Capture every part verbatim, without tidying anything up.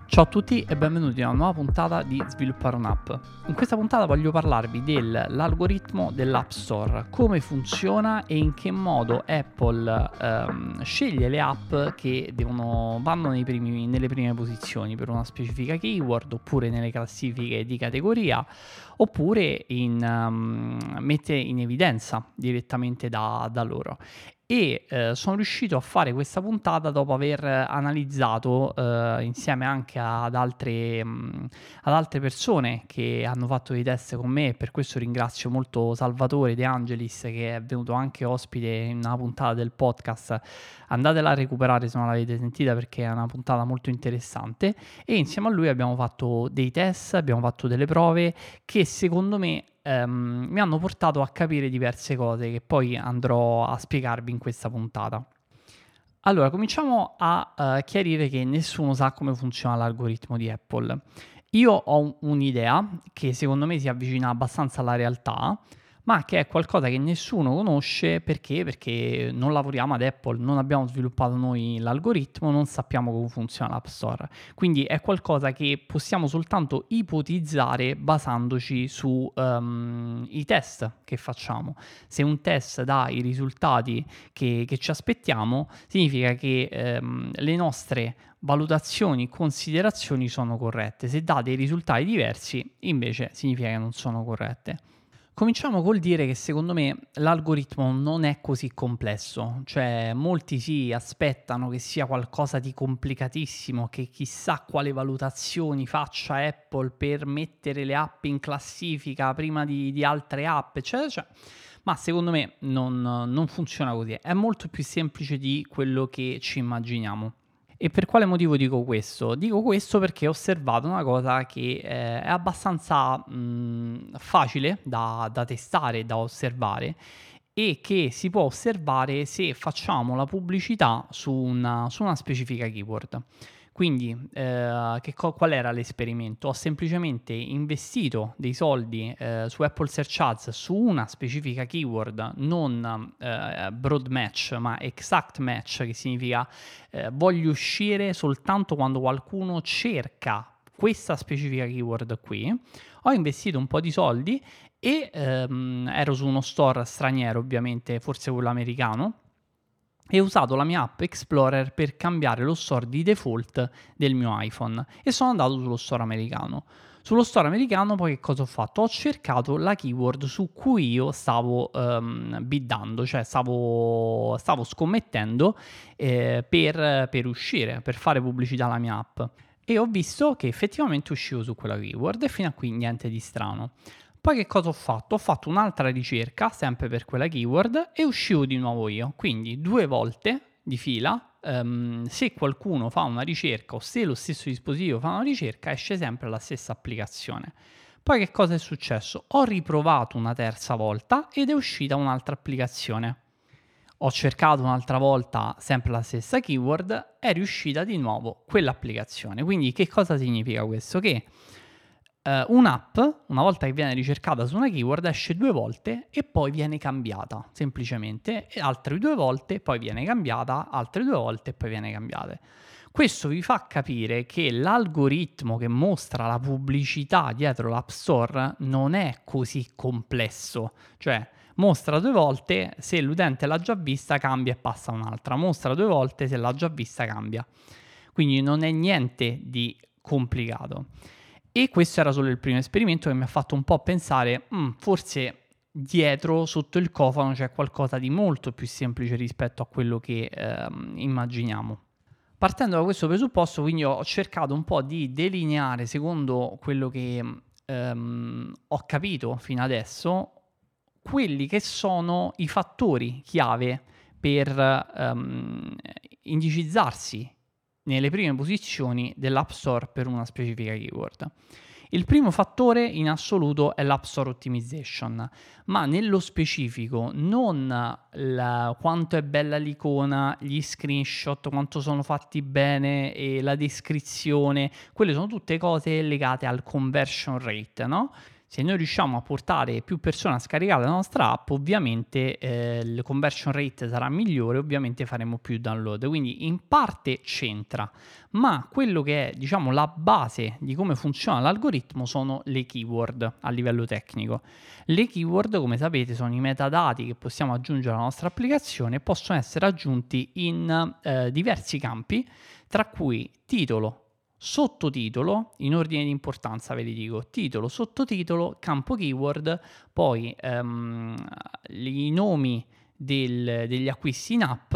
Ciao a tutti e benvenuti a una nuova puntata di Sviluppare un'app. In questa puntata voglio parlarvi dell'algoritmo dell'App Store, come funziona e in che modo Apple ehm, sceglie le app che devono, vanno nei primi, nelle prime posizioni per una specifica keyword, oppure nelle classifiche di categoria, oppure in, um, mette in evidenza direttamente da, da loro. E eh, sono riuscito a fare questa puntata dopo aver analizzato eh, insieme anche ad altre, mh, ad altre persone che hanno fatto dei test con me, e per questo ringrazio molto Salvatore De Angelis, che è venuto anche ospite in una puntata del podcast. Andatela a recuperare se non l'avete sentita, perché è una puntata molto interessante, e insieme a lui abbiamo fatto dei test, abbiamo fatto delle prove che secondo me Um, mi hanno portato a capire diverse cose che poi andrò a spiegarvi in questa puntata. Allora, cominciamo a uh, chiarire che nessuno sa come funziona l'algoritmo di Apple. Io ho un'idea che secondo me si avvicina abbastanza alla realtà, ma che è qualcosa che nessuno conosce. Perché? Perché non lavoriamo ad Apple, non abbiamo sviluppato noi l'algoritmo, non sappiamo come funziona l'App Store. Quindi è qualcosa che possiamo soltanto ipotizzare basandoci sui um, test che facciamo. Se un test dà i risultati che, che ci aspettiamo, significa che um, le nostre valutazioni, considerazioni sono corrette. Se dà dei risultati diversi, invece significa che non sono corrette. Cominciamo col dire che secondo me l'algoritmo non è così complesso, cioè molti si aspettano che sia qualcosa di complicatissimo, che chissà quale valutazioni faccia Apple per mettere le app in classifica prima di, di altre app, eccetera, eccetera. Ma secondo me non, non funziona così, è molto più semplice di quello che ci immaginiamo. E per quale motivo dico questo? Dico questo perché ho osservato una cosa che eh, è abbastanza mh, facile da, da testare, da osservare, e che si può osservare se facciamo la pubblicità su una, su una specifica keyword. Quindi, eh, che co- qual era l'esperimento? Ho semplicemente investito dei soldi eh, su Apple Search Ads su una specifica keyword, non eh, broad match, ma exact match, che significa eh, voglio uscire soltanto quando qualcuno cerca questa specifica keyword qui. Ho investito un po' di soldi e ehm, ero su uno store straniero, ovviamente, forse quello americano, e ho usato la mia app Explorer per cambiare lo store di default del mio iPhone e sono andato sullo store americano. Sullo store americano poi che cosa ho fatto? Ho cercato la keyword su cui io stavo um, biddando, cioè stavo, stavo scommettendo eh, per, per uscire, per fare pubblicità alla mia app. E ho visto che effettivamente uscivo su quella keyword, e fino a qui niente di strano. Poi che cosa ho fatto? Ho fatto un'altra ricerca, sempre per quella keyword, e uscivo di nuovo io. Quindi due volte di fila, um, se qualcuno fa una ricerca o se lo stesso dispositivo fa una ricerca, esce sempre la stessa applicazione. Poi che cosa è successo? Ho riprovato una terza volta ed è uscita un'altra applicazione. Ho cercato un'altra volta sempre la stessa keyword, è riuscita di nuovo quell'applicazione. Quindi che cosa significa questo? Che Uh, un'app, una volta che viene ricercata su una keyword, esce due volte e poi viene cambiata, semplicemente, e altre due volte, poi viene cambiata, altre due volte e poi viene cambiata. Questo vi fa capire che l'algoritmo che mostra la pubblicità dietro l'App Store non è così complesso, cioè mostra due volte, se l'utente l'ha già vista cambia e passa un'altra, mostra due volte, se l'ha già vista cambia. Quindi non è niente di complicato. E questo era solo il primo esperimento, che mi ha fatto un po' pensare, mm, forse dietro, sotto il cofano, c'è qualcosa di molto più semplice rispetto a quello che ehm, immaginiamo. Partendo da questo presupposto, quindi ho cercato un po' di delineare, secondo quello che ehm, ho capito fino adesso, quelli che sono i fattori chiave per ehm, indicizzarsi nelle prime posizioni dell'App Store per una specifica keyword. Il primo fattore in assoluto è l'App Store Optimization, ma nello specifico non la, quanto è bella l'icona, gli screenshot, quanto sono fatti bene e la descrizione, quelle sono tutte cose legate al conversion rate, no? Se noi riusciamo a portare più persone a scaricare la nostra app, ovviamente eh, il conversion rate sarà migliore, ovviamente faremo più download, quindi in parte c'entra, ma quello che è, diciamo, la base di come funziona l'algoritmo sono le keyword a livello tecnico. Le keyword, come sapete, sono i metadati che possiamo aggiungere alla nostra applicazione e possono essere aggiunti in eh, diversi campi, tra cui titolo, sottotitolo, in ordine di importanza ve li dico: titolo, sottotitolo, campo keyword, poi ehm, i nomi del- degli acquisti in app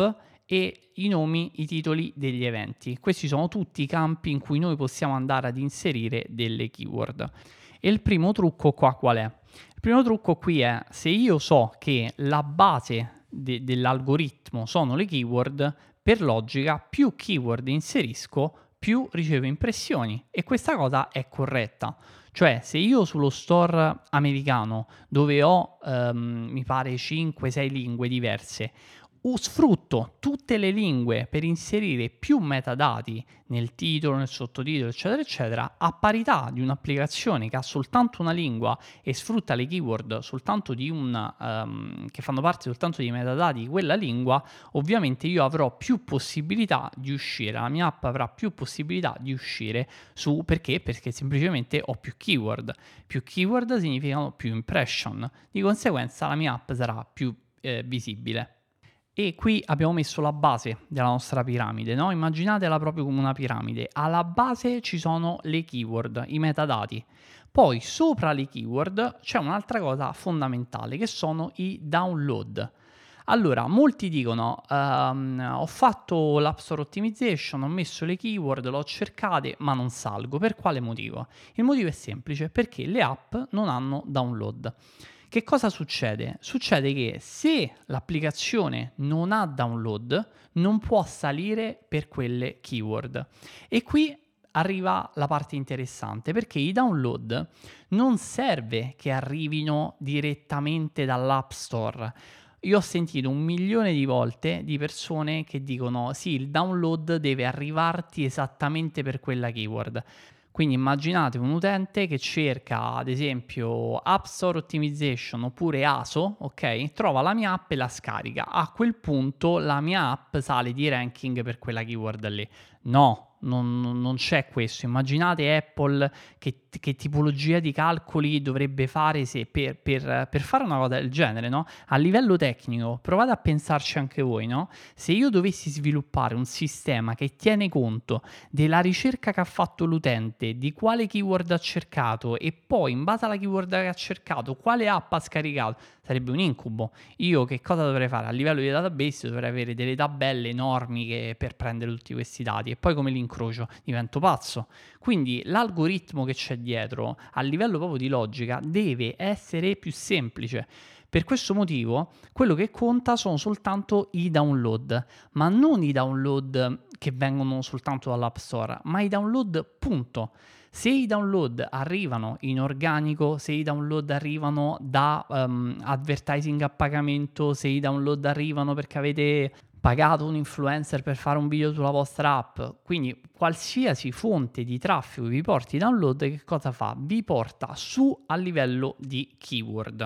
e i nomi, i titoli degli eventi. Questi sono tutti i campi in cui noi possiamo andare ad inserire delle keyword. E il primo trucco qua qual è? Il primo trucco qui è: se io so che la base de- dell'algoritmo sono le keyword, per logica più keyword inserisco, più ricevo impressioni, e questa cosa è corretta. Cioè, se io sullo store americano, dove ho ehm, mi pare cinque sei lingue diverse, u- sfrutto tutte le lingue per inserire più metadati nel titolo, nel sottotitolo, eccetera, eccetera, a parità di un'applicazione che ha soltanto una lingua e sfrutta le keyword soltanto di una, ehm, che fanno parte soltanto dei metadati di quella lingua, ovviamente io avrò più possibilità di uscire, la mia app avrà più possibilità di uscire su, perché? Perché semplicemente ho più keyword. Più keyword significano più impression, di conseguenza la mia app sarà più eh, visibile. E qui abbiamo messo la base della nostra piramide, no? Immaginatela proprio come una piramide. Alla base ci sono le keyword, i metadati. Poi sopra le keyword c'è un'altra cosa fondamentale, che sono i download. Allora, molti dicono: ehm, ho fatto l'App Store Optimization, ho messo le keyword, l'ho cercate, ma non salgo. Per quale motivo? Il motivo è semplice: perché le app non hanno download. Che cosa succede? Succede che se l'applicazione non ha download, non può salire per quelle keyword. E qui arriva la parte interessante, perché i download non serve che arrivino direttamente dall'App Store. Io ho sentito un milione di volte di persone che dicono: sì, il download deve arrivarti esattamente per quella keyword. Quindi immaginate un utente che cerca ad esempio App Store Optimization oppure A S O, ok? Trova la mia app e la scarica. A quel punto la mia app sale di ranking per quella keyword lì. No, non, non c'è questo. Immaginate Apple che, che tipologia di calcoli dovrebbe fare se per, per, per fare una cosa del genere, no? A livello tecnico, provate a pensarci anche voi, no? Se io dovessi sviluppare un sistema che tiene conto della ricerca che ha fatto l'utente, di quale keyword ha cercato e poi in base alla keyword che ha cercato quale app ha scaricato, sarebbe un incubo. Io che cosa dovrei fare? A livello di database dovrei avere delle tabelle enormi che, per prendere tutti questi dati, e poi come li incrocio? Divento pazzo. Quindi l'algoritmo che c'è dietro, a livello proprio di logica, deve essere più semplice. Per questo motivo, quello che conta sono soltanto i download, ma non i download che vengono soltanto dall'App Store, ma i download punto. Se i download arrivano in organico, se i download arrivano da um, advertising a pagamento, se i download arrivano perché avete pagato un influencer per fare un video sulla vostra app, quindi qualsiasi fonte di traffico vi porti download, che cosa fa? Vi porta su a livello di keyword.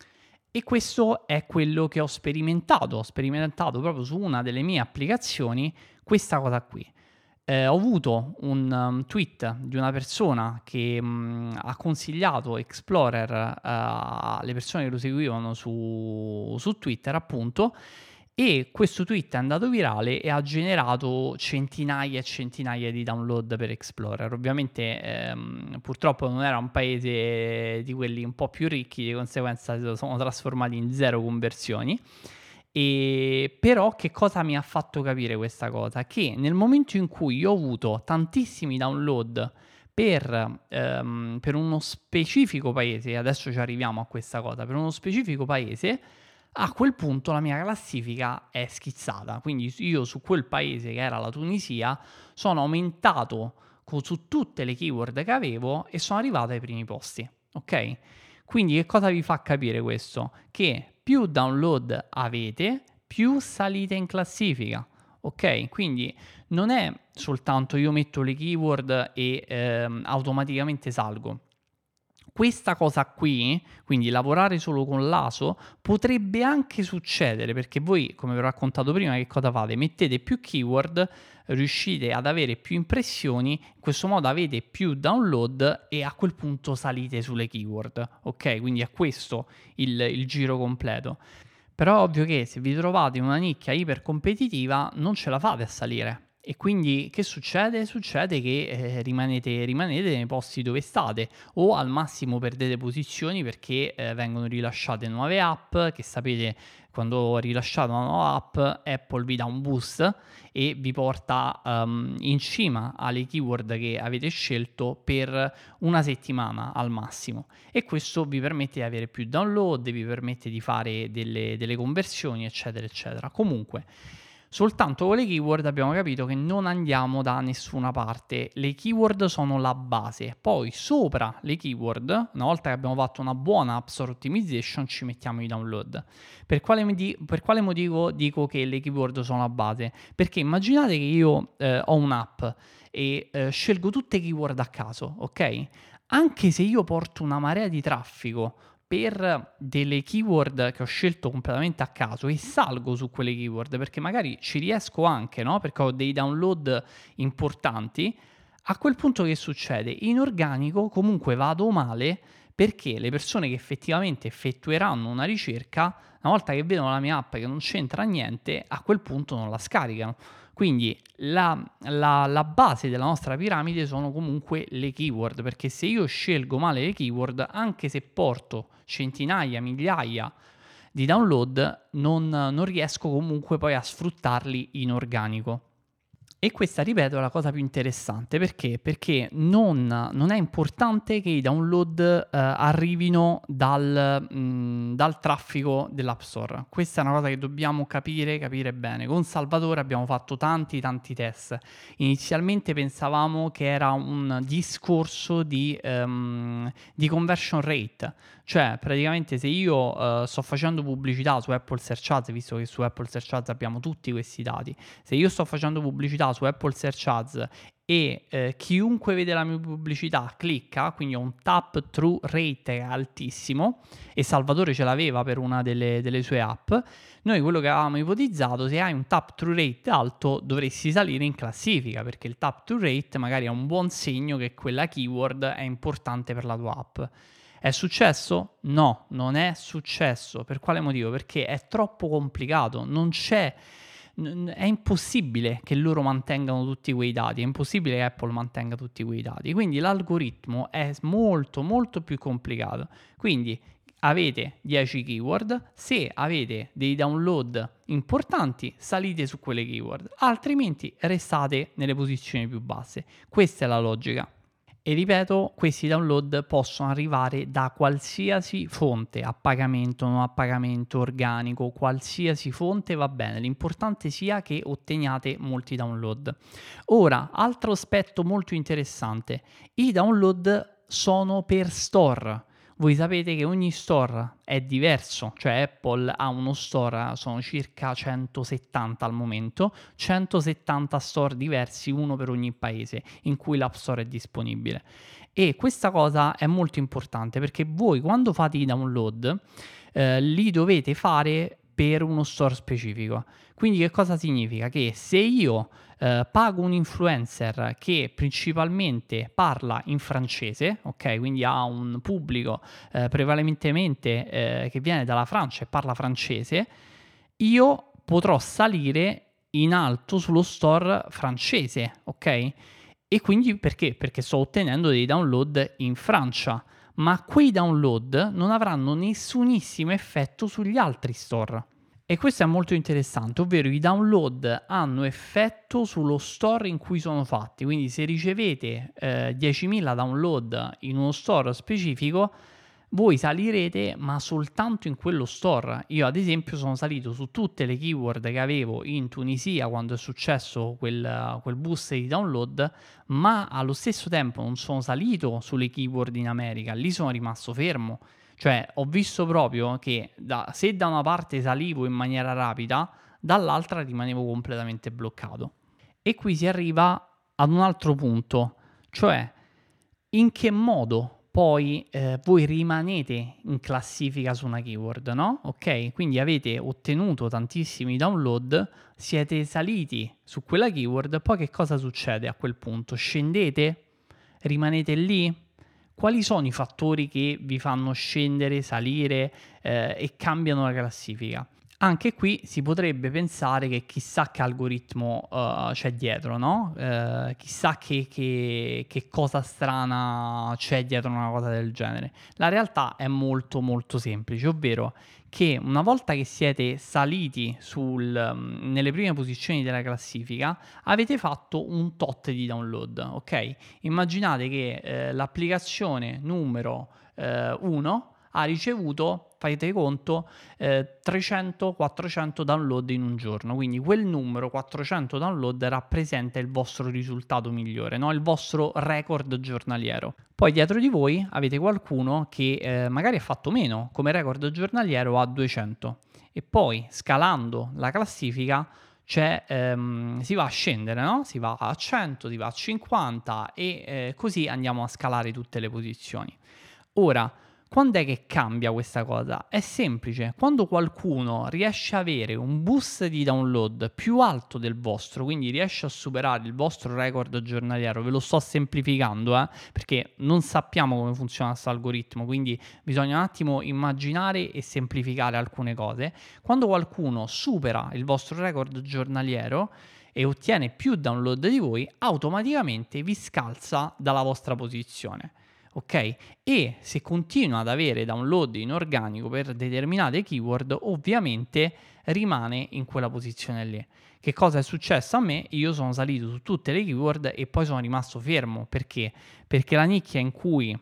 E questo è quello che ho sperimentato, ho sperimentato proprio su una delle mie applicazioni questa cosa qui. Eh, ho avuto un um, tweet di una persona che um, ha consigliato Explorer uh, alle persone che lo seguivano su, su Twitter, appunto, e questo tweet è andato virale e ha generato centinaia e centinaia di download per Explorer. Ovviamente ehm, purtroppo non era un paese di quelli un po' più ricchi, di conseguenza si sono trasformati in zero conversioni. E però che cosa mi ha fatto capire questa cosa? Che nel momento in cui io ho avuto tantissimi download per, ehm, per uno specifico paese, adesso ci arriviamo a questa cosa, per uno specifico paese, a quel punto la mia classifica è schizzata. Quindi io su quel paese, che era la Tunisia, sono aumentato co- su tutte le keyword che avevo e sono arrivato ai primi posti, ok? Quindi che cosa vi fa capire questo? Che più download avete, più salite in classifica, ok? Quindi non è soltanto io metto le keyword e ehm, automaticamente salgo. Questa cosa qui, quindi lavorare solo con l'A S O, potrebbe anche succedere perché voi, come vi ho raccontato prima, che cosa fate? Mettete più keyword, riuscite ad avere più impressioni, in questo modo avete più download e a quel punto salite sulle keyword, ok? Quindi è questo il, il giro completo. Però è ovvio che se vi trovate in una nicchia iper competitiva non ce la fate a salire. E quindi che succede? Succede che eh, rimanete, rimanete nei posti dove state o al massimo perdete posizioni perché eh, vengono rilasciate nuove app che sapete quando rilasciate una nuova app Apple vi dà un boost e vi porta um, in cima alle keyword che avete scelto per una settimana al massimo e questo vi permette di avere più download, vi permette di fare delle, delle conversioni eccetera eccetera. Comunque soltanto con le keyword abbiamo capito che non andiamo da nessuna parte. Le keyword sono la base. Poi sopra le keyword, una volta che abbiamo fatto una buona App Store Optimization, ci mettiamo i download. Per quale, modi- per quale motivo dico che le keyword sono la base? Perché immaginate che io eh, ho un'app e eh, scelgo tutte keyword a caso, ok? Anche se io porto una marea di traffico per delle keyword che ho scelto completamente a caso e salgo su quelle keyword perché magari ci riesco anche, no? Perché ho dei download importanti, a quel punto che succede? In organico comunque vado male perché le persone che effettivamente effettueranno una ricerca, una volta che vedono la mia app che non c'entra niente, a quel punto non la scaricano. Quindi la, la, la base della nostra piramide sono comunque le keyword, perché se io scelgo male le keyword, anche se porto centinaia, migliaia di download, non, non riesco comunque poi a sfruttarli in organico. E questa, ripeto, è la cosa più interessante. Perché? Perché non, non è importante che i download eh, arrivino dal, mh, dal traffico dell'App Store. Questa è una cosa che dobbiamo capire, capire bene. Con Salvatore abbiamo fatto tanti, tanti test. Inizialmente pensavamo che era un discorso di, um, di conversion rate. Cioè, praticamente se io uh, sto facendo pubblicità su Apple Search Ads, visto che su Apple Search Ads abbiamo tutti questi dati, se io sto facendo pubblicità su Apple Search Ads e eh, chiunque vede la mia pubblicità clicca, quindi ho un tap through rate altissimo e Salvatore ce l'aveva per una delle, delle sue app, noi quello che avevamo ipotizzato, se hai un tap through rate alto dovresti salire in classifica perché il tap through rate magari è un buon segno che quella keyword è importante per la tua app. È successo? No, non è successo. Per quale motivo? Perché è troppo complicato, non c'è, è impossibile che loro mantengano tutti quei dati, è impossibile che Apple mantenga tutti quei dati, quindi l'algoritmo è molto molto più complicato. Quindi avete dieci keyword, se avete dei download importanti salite su quelle keyword, altrimenti restate nelle posizioni più basse. Questa è la logica. E ripeto, questi download possono arrivare da qualsiasi fonte, a pagamento, non a pagamento, organico, qualsiasi fonte va bene, l'importante sia che otteniate molti download. Ora, altro aspetto molto interessante, i download sono per store. Voi sapete che ogni store è diverso, cioè Apple ha uno store, sono circa centosettanta al momento, centosettanta store diversi, uno per ogni paese in cui l'App Store è disponibile. E questa cosa è molto importante perché voi quando fate i download eh, li dovete fare per uno store specifico. Quindi che cosa significa? Che se io eh, pago un influencer che principalmente parla in francese, ok? Quindi ha un pubblico eh, prevalentemente eh, che viene dalla Francia e parla francese, io potrò salire in alto sullo store francese, ok? E quindi perché? Perché sto ottenendo dei download in Francia, ma quei download non avranno nessunissimo effetto sugli altri store. E questo è molto interessante, ovvero i download hanno effetto sullo store in cui sono fatti, quindi se ricevete eh, diecimila download in uno store specifico, voi salirete ma soltanto in quello store. Io ad esempio sono salito su tutte le keyword che avevo in Tunisia quando è successo quel, quel boost di download, ma allo stesso tempo non sono salito sulle keyword in America, lì sono rimasto fermo. Cioè, ho visto proprio che da, se da una parte salivo in maniera rapida, dall'altra rimanevo completamente bloccato. E qui si arriva ad un altro punto, cioè in che modo poi eh, voi rimanete in classifica su una keyword, no? Ok? Quindi avete ottenuto tantissimi download, siete saliti su quella keyword, poi che cosa succede a quel punto? Scendete? Rimanete lì? Quali sono i fattori che vi fanno scendere, salire eh, e cambiano la classifica? Anche qui si potrebbe pensare che chissà che algoritmo uh, c'è dietro, no? Uh, chissà che, che, che cosa strana c'è dietro una cosa del genere. La realtà è molto molto semplice, ovvero che una volta che siete saliti sul, um, nelle prime posizioni della classifica, avete fatto un tot di download, ok? Immaginate che eh, l'applicazione numero uno ha ricevuto, fate conto, eh, trecento quattrocento download in un giorno, quindi quel numero quattrocento download rappresenta il vostro risultato migliore, no? Il vostro record giornaliero. Poi dietro di voi avete qualcuno che eh, magari ha fatto meno, come record giornaliero a duecento, e poi scalando la classifica c'è, ehm, si va a scendere, no? Si va a cento, si va a cinquanta e eh, così andiamo a scalare tutte le posizioni. Ora, quando è che cambia questa cosa? È semplice, quando qualcuno riesce a avere un boost di download più alto del vostro, quindi riesce a superare il vostro record giornaliero, ve lo sto semplificando, eh, perché non sappiamo come funziona questo algoritmo, quindi bisogna un attimo immaginare e semplificare alcune cose. Quando qualcuno supera il vostro record giornaliero e ottiene più download di voi, automaticamente vi scalza dalla vostra posizione. Ok? E se continua ad avere download in organico per determinate keyword, ovviamente rimane in quella posizione lì. Che cosa è successo a me? Io sono salito su tutte le keyword e poi sono rimasto fermo. Perché? Perché la nicchia in cui,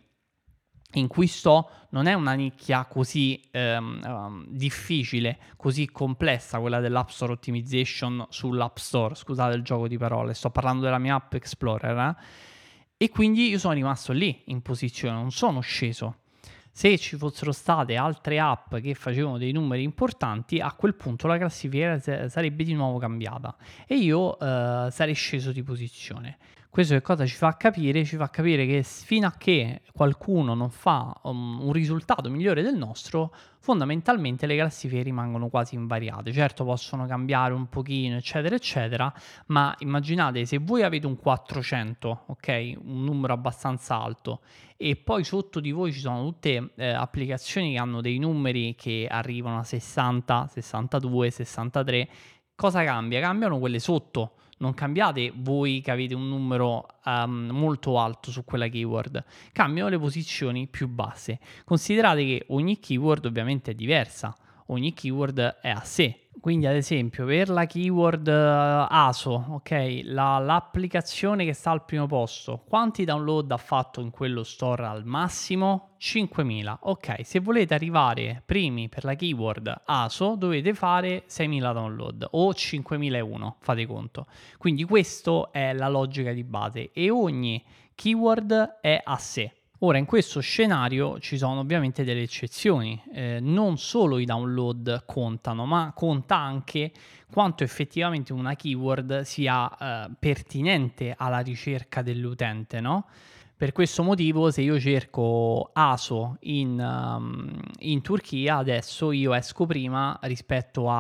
in cui sto non è una nicchia così ehm, um, difficile, così complessa, quella dell'App Store Optimization sull'App Store. Scusate il gioco di parole, sto parlando della mia App Explorer, eh? E quindi io sono rimasto lì in posizione, non sono sceso. Se ci fossero state altre app che facevano dei numeri importanti, a quel punto la classifica sarebbe di nuovo cambiata e io eh, sarei sceso di posizione. Questo che cosa ci fa capire? Ci fa capire che fino a che qualcuno non fa um, un risultato migliore del nostro, fondamentalmente le classifiche rimangono quasi invariate. Certo, possono cambiare un pochino, eccetera, eccetera, ma immaginate se voi avete un quattrocento, ok? Un numero abbastanza alto, e poi sotto di voi ci sono tutte eh, applicazioni che hanno dei numeri che arrivano a sessanta, sessantadue, sessantatré. Cosa cambia? Cambiano quelle sotto. Non cambiate voi che avete un numero um, molto alto su quella keyword, cambiano le posizioni più basse. Considerate che ogni keyword ovviamente è diversa, ogni keyword è a sé. Quindi ad esempio per la keyword uh, A S O, ok, la, l'applicazione che sta al primo posto, quanti download ha fatto in quello store al massimo? cinquemila. Ok, se volete arrivare primi per la keyword A S O dovete fare seimila download o cinquemilauno, fate conto. Quindi questa è la logica di base e ogni keyword è a sé. Ora, in questo scenario ci sono ovviamente delle eccezioni, eh, non solo i download contano, ma conta anche quanto effettivamente una keyword sia eh, pertinente alla ricerca dell'utente, no? Per questo motivo, se io cerco A S O in, um, in Turchia, adesso io esco prima rispetto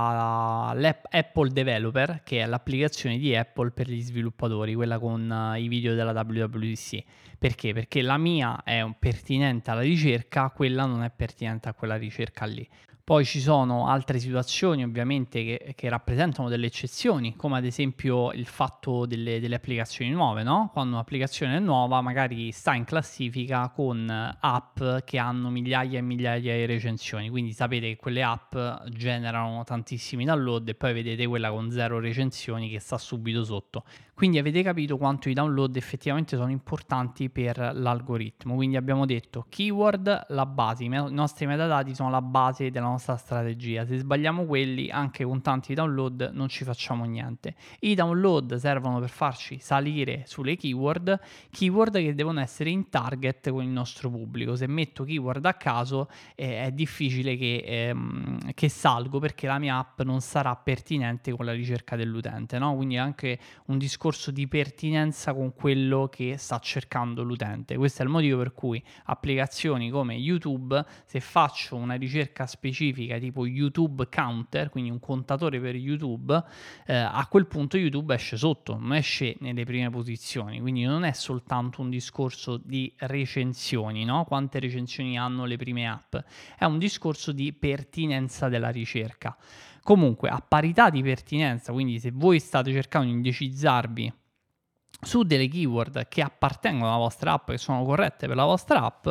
all'Apple Developer, che è l'applicazione di Apple per gli sviluppatori, quella con uh, i video della W W D C. Perché? Perché la mia è pertinente alla ricerca, quella non è pertinente a quella ricerca lì. Poi ci sono altre situazioni ovviamente che, che rappresentano delle eccezioni, come ad esempio il fatto delle, delle applicazioni nuove, no? Quando un'applicazione è nuova magari sta in classifica con app che hanno migliaia e migliaia di recensioni, quindi sapete che quelle app generano tantissimi download e poi vedete quella con zero recensioni che sta subito sotto. Quindi avete capito quanto i download effettivamente sono importanti per l'algoritmo. Quindi abbiamo detto keyword, la base, i, me- i nostri metadati sono la base della nostra nostra strategia. Se sbagliamo quelli, anche con tanti download non ci facciamo niente. I download servono per farci salire sulle keyword, keyword che devono essere in target con il nostro pubblico. Se metto keyword a caso eh, è difficile che, ehm, che salgo, perché la mia app non sarà pertinente con la ricerca dell'utente, no? Quindi è anche un discorso di pertinenza con quello che sta cercando l'utente. Questo è il motivo per cui applicazioni come YouTube, se faccio una ricerca specifica tipo YouTube Counter, quindi un contatore per YouTube, eh, a quel punto YouTube esce sotto, non esce nelle prime posizioni. Quindi non è soltanto un discorso di recensioni, no? Quante recensioni hanno le prime app, è un discorso di pertinenza della ricerca. Comunque, a parità di pertinenza, quindi se voi state cercando di indicizzarvi su delle keyword che appartengono alla vostra app, che sono corrette per la vostra app,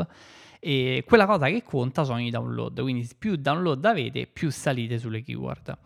e quella cosa che conta sono i download. Quindi più download avete, più salite sulle keyword.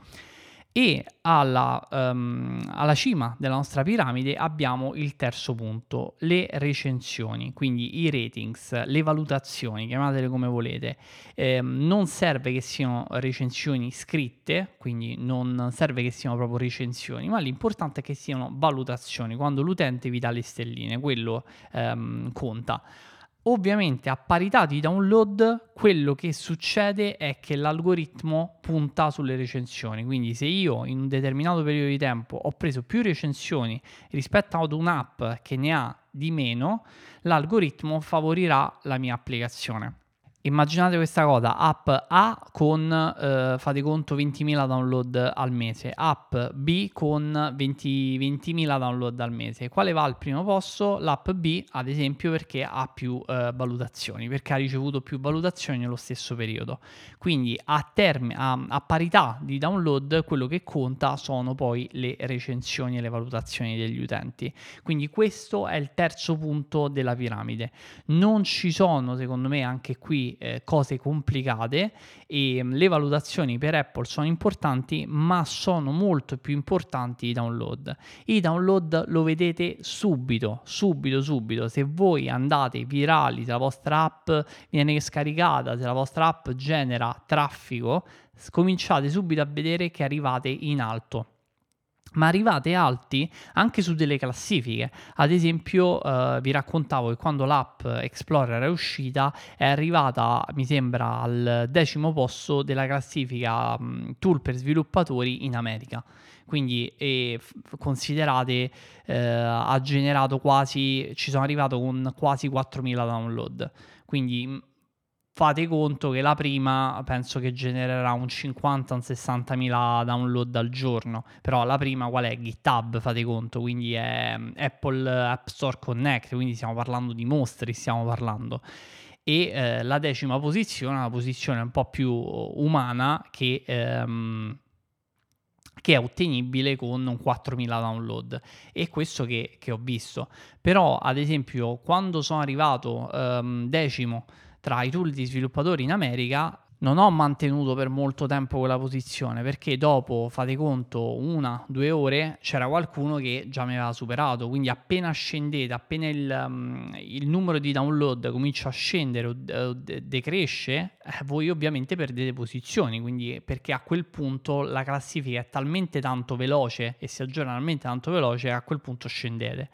E alla, um, alla cima della nostra piramide abbiamo il terzo punto, le recensioni, quindi i ratings, le valutazioni, chiamatele come volete. Eh, non serve che siano recensioni scritte, quindi non serve che siano proprio recensioni, ma l'importante è che siano valutazioni, quando l'utente vi dà le stelline, quello um, conta. Ovviamente a parità di download quello che succede è che l'algoritmo punta sulle recensioni, quindi se io in un determinato periodo di tempo ho preso più recensioni rispetto ad un'app che ne ha di meno, l'algoritmo favorirà la mia applicazione. Immaginate questa cosa, app A con, eh, fate conto, ventimila download al mese, app B con venti, ventimila download al mese. Quale va al primo posto? L'app B, ad esempio, perché ha più eh, valutazioni, perché ha ricevuto più valutazioni nello stesso periodo. Quindi a, term- a, a parità di download quello che conta sono poi le recensioni e le valutazioni degli utenti. Quindi questo è il terzo punto della piramide. Non ci sono, secondo me, anche qui Eh, cose complicate, e le valutazioni per Apple sono importanti, ma sono molto più importanti i download. I download lo vedete subito, subito, subito. Se voi andate virali, se la vostra app viene scaricata, se la vostra app genera traffico, cominciate subito a vedere che arrivate in alto. Ma arrivate alti anche su delle classifiche. Ad esempio, eh, vi raccontavo che quando l'app Explorer è uscita è arrivata, mi sembra, al decimo posto della classifica mh, tool per sviluppatori in America. Quindi eh, considerate, eh, ha generato quasi, ci sono arrivato con quasi quattromila download. Quindi fate conto che la prima penso che genererà un cinquanta sessantamila download al giorno, però la prima qual è? GitHub, fate conto, quindi è Apple App Store Connect, quindi stiamo parlando di mostri, stiamo parlando. E eh, la decima posizione è una posizione un po' più umana che... Ehm, che è ottenibile con un quattromila download, e questo che, che ho visto. Però ad esempio quando sono arrivato um, decimo tra i tool di sviluppatori in America, non ho mantenuto per molto tempo quella posizione, perché dopo, fate conto, una, due ore c'era qualcuno che già mi aveva superato. Quindi appena scendete, appena il, um, il numero di download comincia a scendere o de- decresce, eh, voi ovviamente perdete posizioni, quindi perché a quel punto la classifica è talmente tanto veloce e si aggiorna talmente tanto veloce che a quel punto scendete.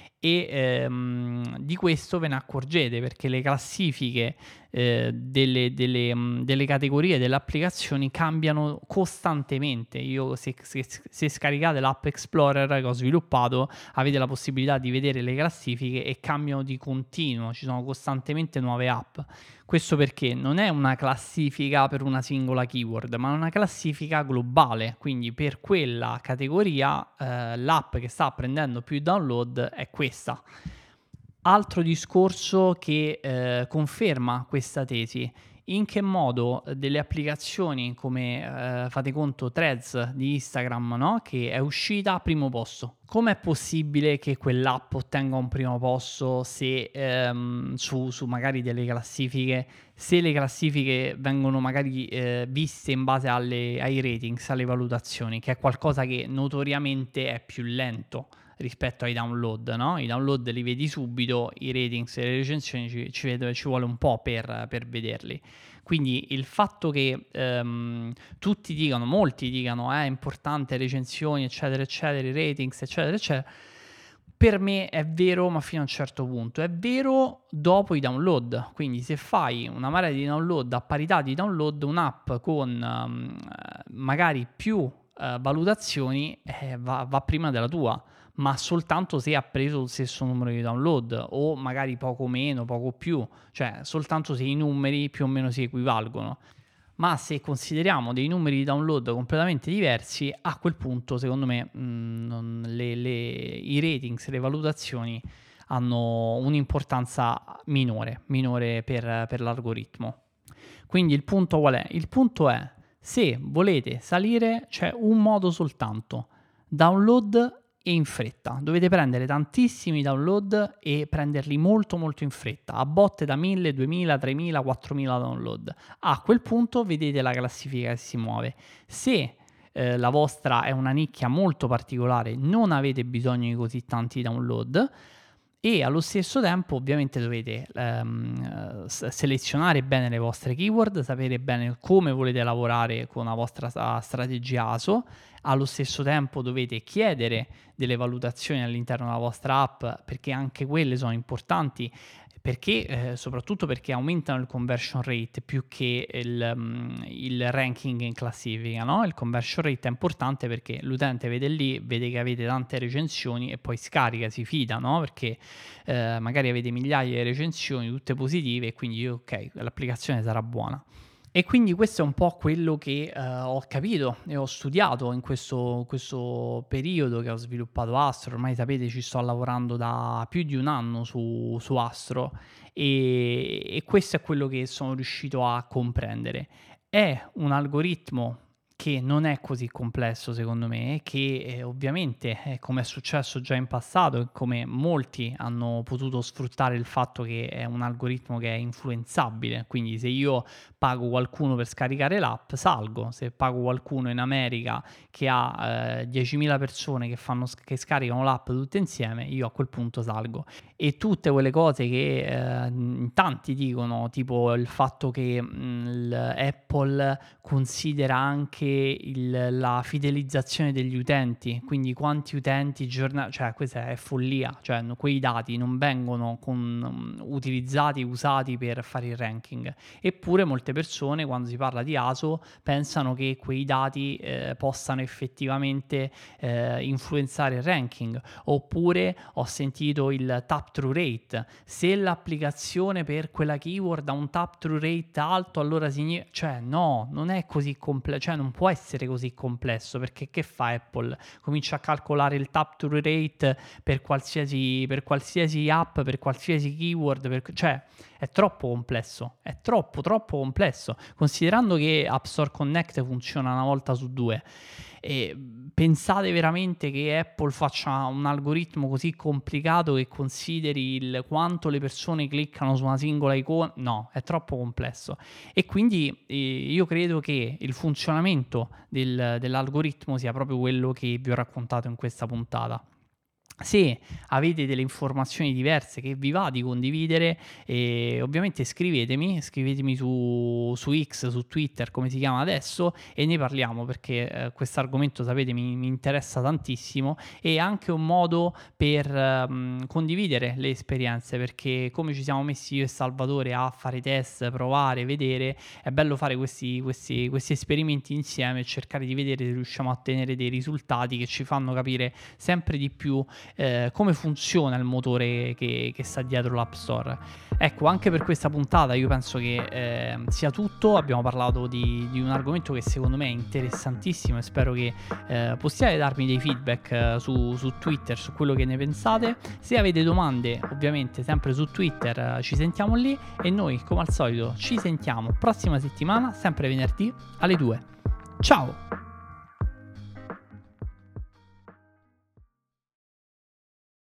E ehm, di questo ve ne accorgete, perché le classifiche eh, delle, delle, mh, delle categorie delle applicazioni cambiano costantemente. Io se, se, se scaricate l'app Explorer che ho sviluppato, avete la possibilità di vedere le classifiche e cambiano di continuo, ci sono costantemente nuove app. Questo perché non è una classifica per una singola keyword, ma una classifica globale. Quindi per quella categoria eh, l'app che sta prendendo più download è questa. Altro discorso che eh, conferma questa tesi: in che modo delle applicazioni come, eh, fate conto, Threads di Instagram, no? Che è uscita a primo posto. Com'è possibile che quell'app ottenga un primo posto se ehm, su, su magari delle classifiche, se le classifiche vengono magari eh, viste in base alle, ai ratings, alle valutazioni, che è qualcosa che notoriamente è più lento rispetto ai download, no? I download li vedi subito, i ratings e le recensioni ci, ci, vedo, ci vuole un po' per, per vederli. Quindi il fatto che ehm, tutti dicano, molti dicano è importante recensioni, eccetera, eccetera, i ratings, eccetera, eccetera, per me è vero, ma fino a un certo punto. È vero dopo i download. Quindi se fai una marea di download a parità di download, un'app con um, magari più uh, valutazioni eh, va, va prima della tua, ma soltanto se ha preso lo stesso numero di download, o magari poco meno, poco più, cioè soltanto se i numeri più o meno si equivalgono. Ma se consideriamo dei numeri di download completamente diversi, a quel punto secondo me mh, non, le, le, i ratings, le valutazioni hanno un'importanza minore, minore per, per l'algoritmo. Quindi il punto qual è? Il punto è, se volete salire c'è un modo soltanto: download e in fretta. Dovete prendere tantissimi download e prenderli molto molto in fretta, a botte da mille, duemila, tremila, quattromila download. A quel punto vedete la classifica che si muove. Se eh, la vostra è una nicchia molto particolare, non avete bisogno di così tanti download, e allo stesso tempo ovviamente dovete ehm, selezionare bene le vostre keyword, sapere bene come volete lavorare con la vostra strategia A S O. Allo stesso tempo dovete chiedere delle valutazioni all'interno della vostra app, perché anche quelle sono importanti, perché eh, soprattutto perché aumentano il conversion rate più che il, um, il ranking in classifica, no? Il conversion rate è importante perché l'utente vede lì, vede che avete tante recensioni e poi scarica, si fida, no? Perché eh, magari avete migliaia di recensioni tutte positive e quindi ok, l'applicazione sarà buona. E quindi questo è un po' quello che uh, ho capito e ho studiato in questo, questo periodo che ho sviluppato Astro. Ormai sapete, ci sto lavorando da più di un anno su, su Astro, e, e questo è quello che sono riuscito a comprendere. È un algoritmo che non è così complesso secondo me, che eh, ovviamente eh, come è successo già in passato e come molti hanno potuto sfruttare il fatto che è un algoritmo che è influenzabile, quindi se io pago qualcuno per scaricare l'app salgo, se pago qualcuno in America che ha eh, diecimila persone che, fanno, che scaricano l'app tutte insieme, io a quel punto salgo. E tutte quelle cose che eh, tanti dicono, tipo il fatto che mh, Apple considera anche il, la fidelizzazione degli utenti, quindi quanti utenti giornali, cioè questa è follia, cioè quei dati non vengono con, um, utilizzati, usati per fare il ranking. Eppure molte persone, quando si parla di A S O, pensano che quei dati eh, possano effettivamente eh, influenzare il ranking. Oppure ho sentito il tap through rate: se l'applicazione per quella keyword ha un tap through rate alto, allora significa, cioè no, non è così complesso, cioè non può essere così complesso, perché che fa Apple? Comincia a calcolare il tap through rate per qualsiasi, per qualsiasi app, per qualsiasi keyword, per, cioè è troppo complesso, è troppo troppo complesso, considerando che App Store Connect funziona una volta su due. E pensate veramente che Apple faccia un algoritmo così complicato che consideri il quanto le persone cliccano su una singola icona? No, è troppo complesso. E quindi eh, io credo che il funzionamento del, dell'algoritmo sia proprio quello che vi ho raccontato in questa puntata. Se avete delle informazioni diverse che vi va di condividere, eh, ovviamente scrivetemi, scrivetemi su, su X, su Twitter, come si chiama adesso, e ne parliamo, perché eh, questo argomento, sapete, mi, mi interessa tantissimo, e anche un modo per um, condividere le esperienze, perché come ci siamo messi io e Salvatore a fare test, provare, vedere, è bello fare questi, questi, questi esperimenti insieme e cercare di vedere se riusciamo a ottenere dei risultati che ci fanno capire sempre di più Eh, come funziona il motore che, che sta dietro l'App Store. Ecco, anche per questa puntata io penso che eh, sia tutto. Abbiamo parlato di, di un argomento che secondo me è interessantissimo e spero che eh, possiate darmi dei feedback eh, su, su Twitter su quello che ne pensate. Se avete domande, ovviamente sempre su Twitter, eh, ci sentiamo lì, e noi come al solito ci sentiamo prossima settimana, sempre venerdì alle due. Ciao!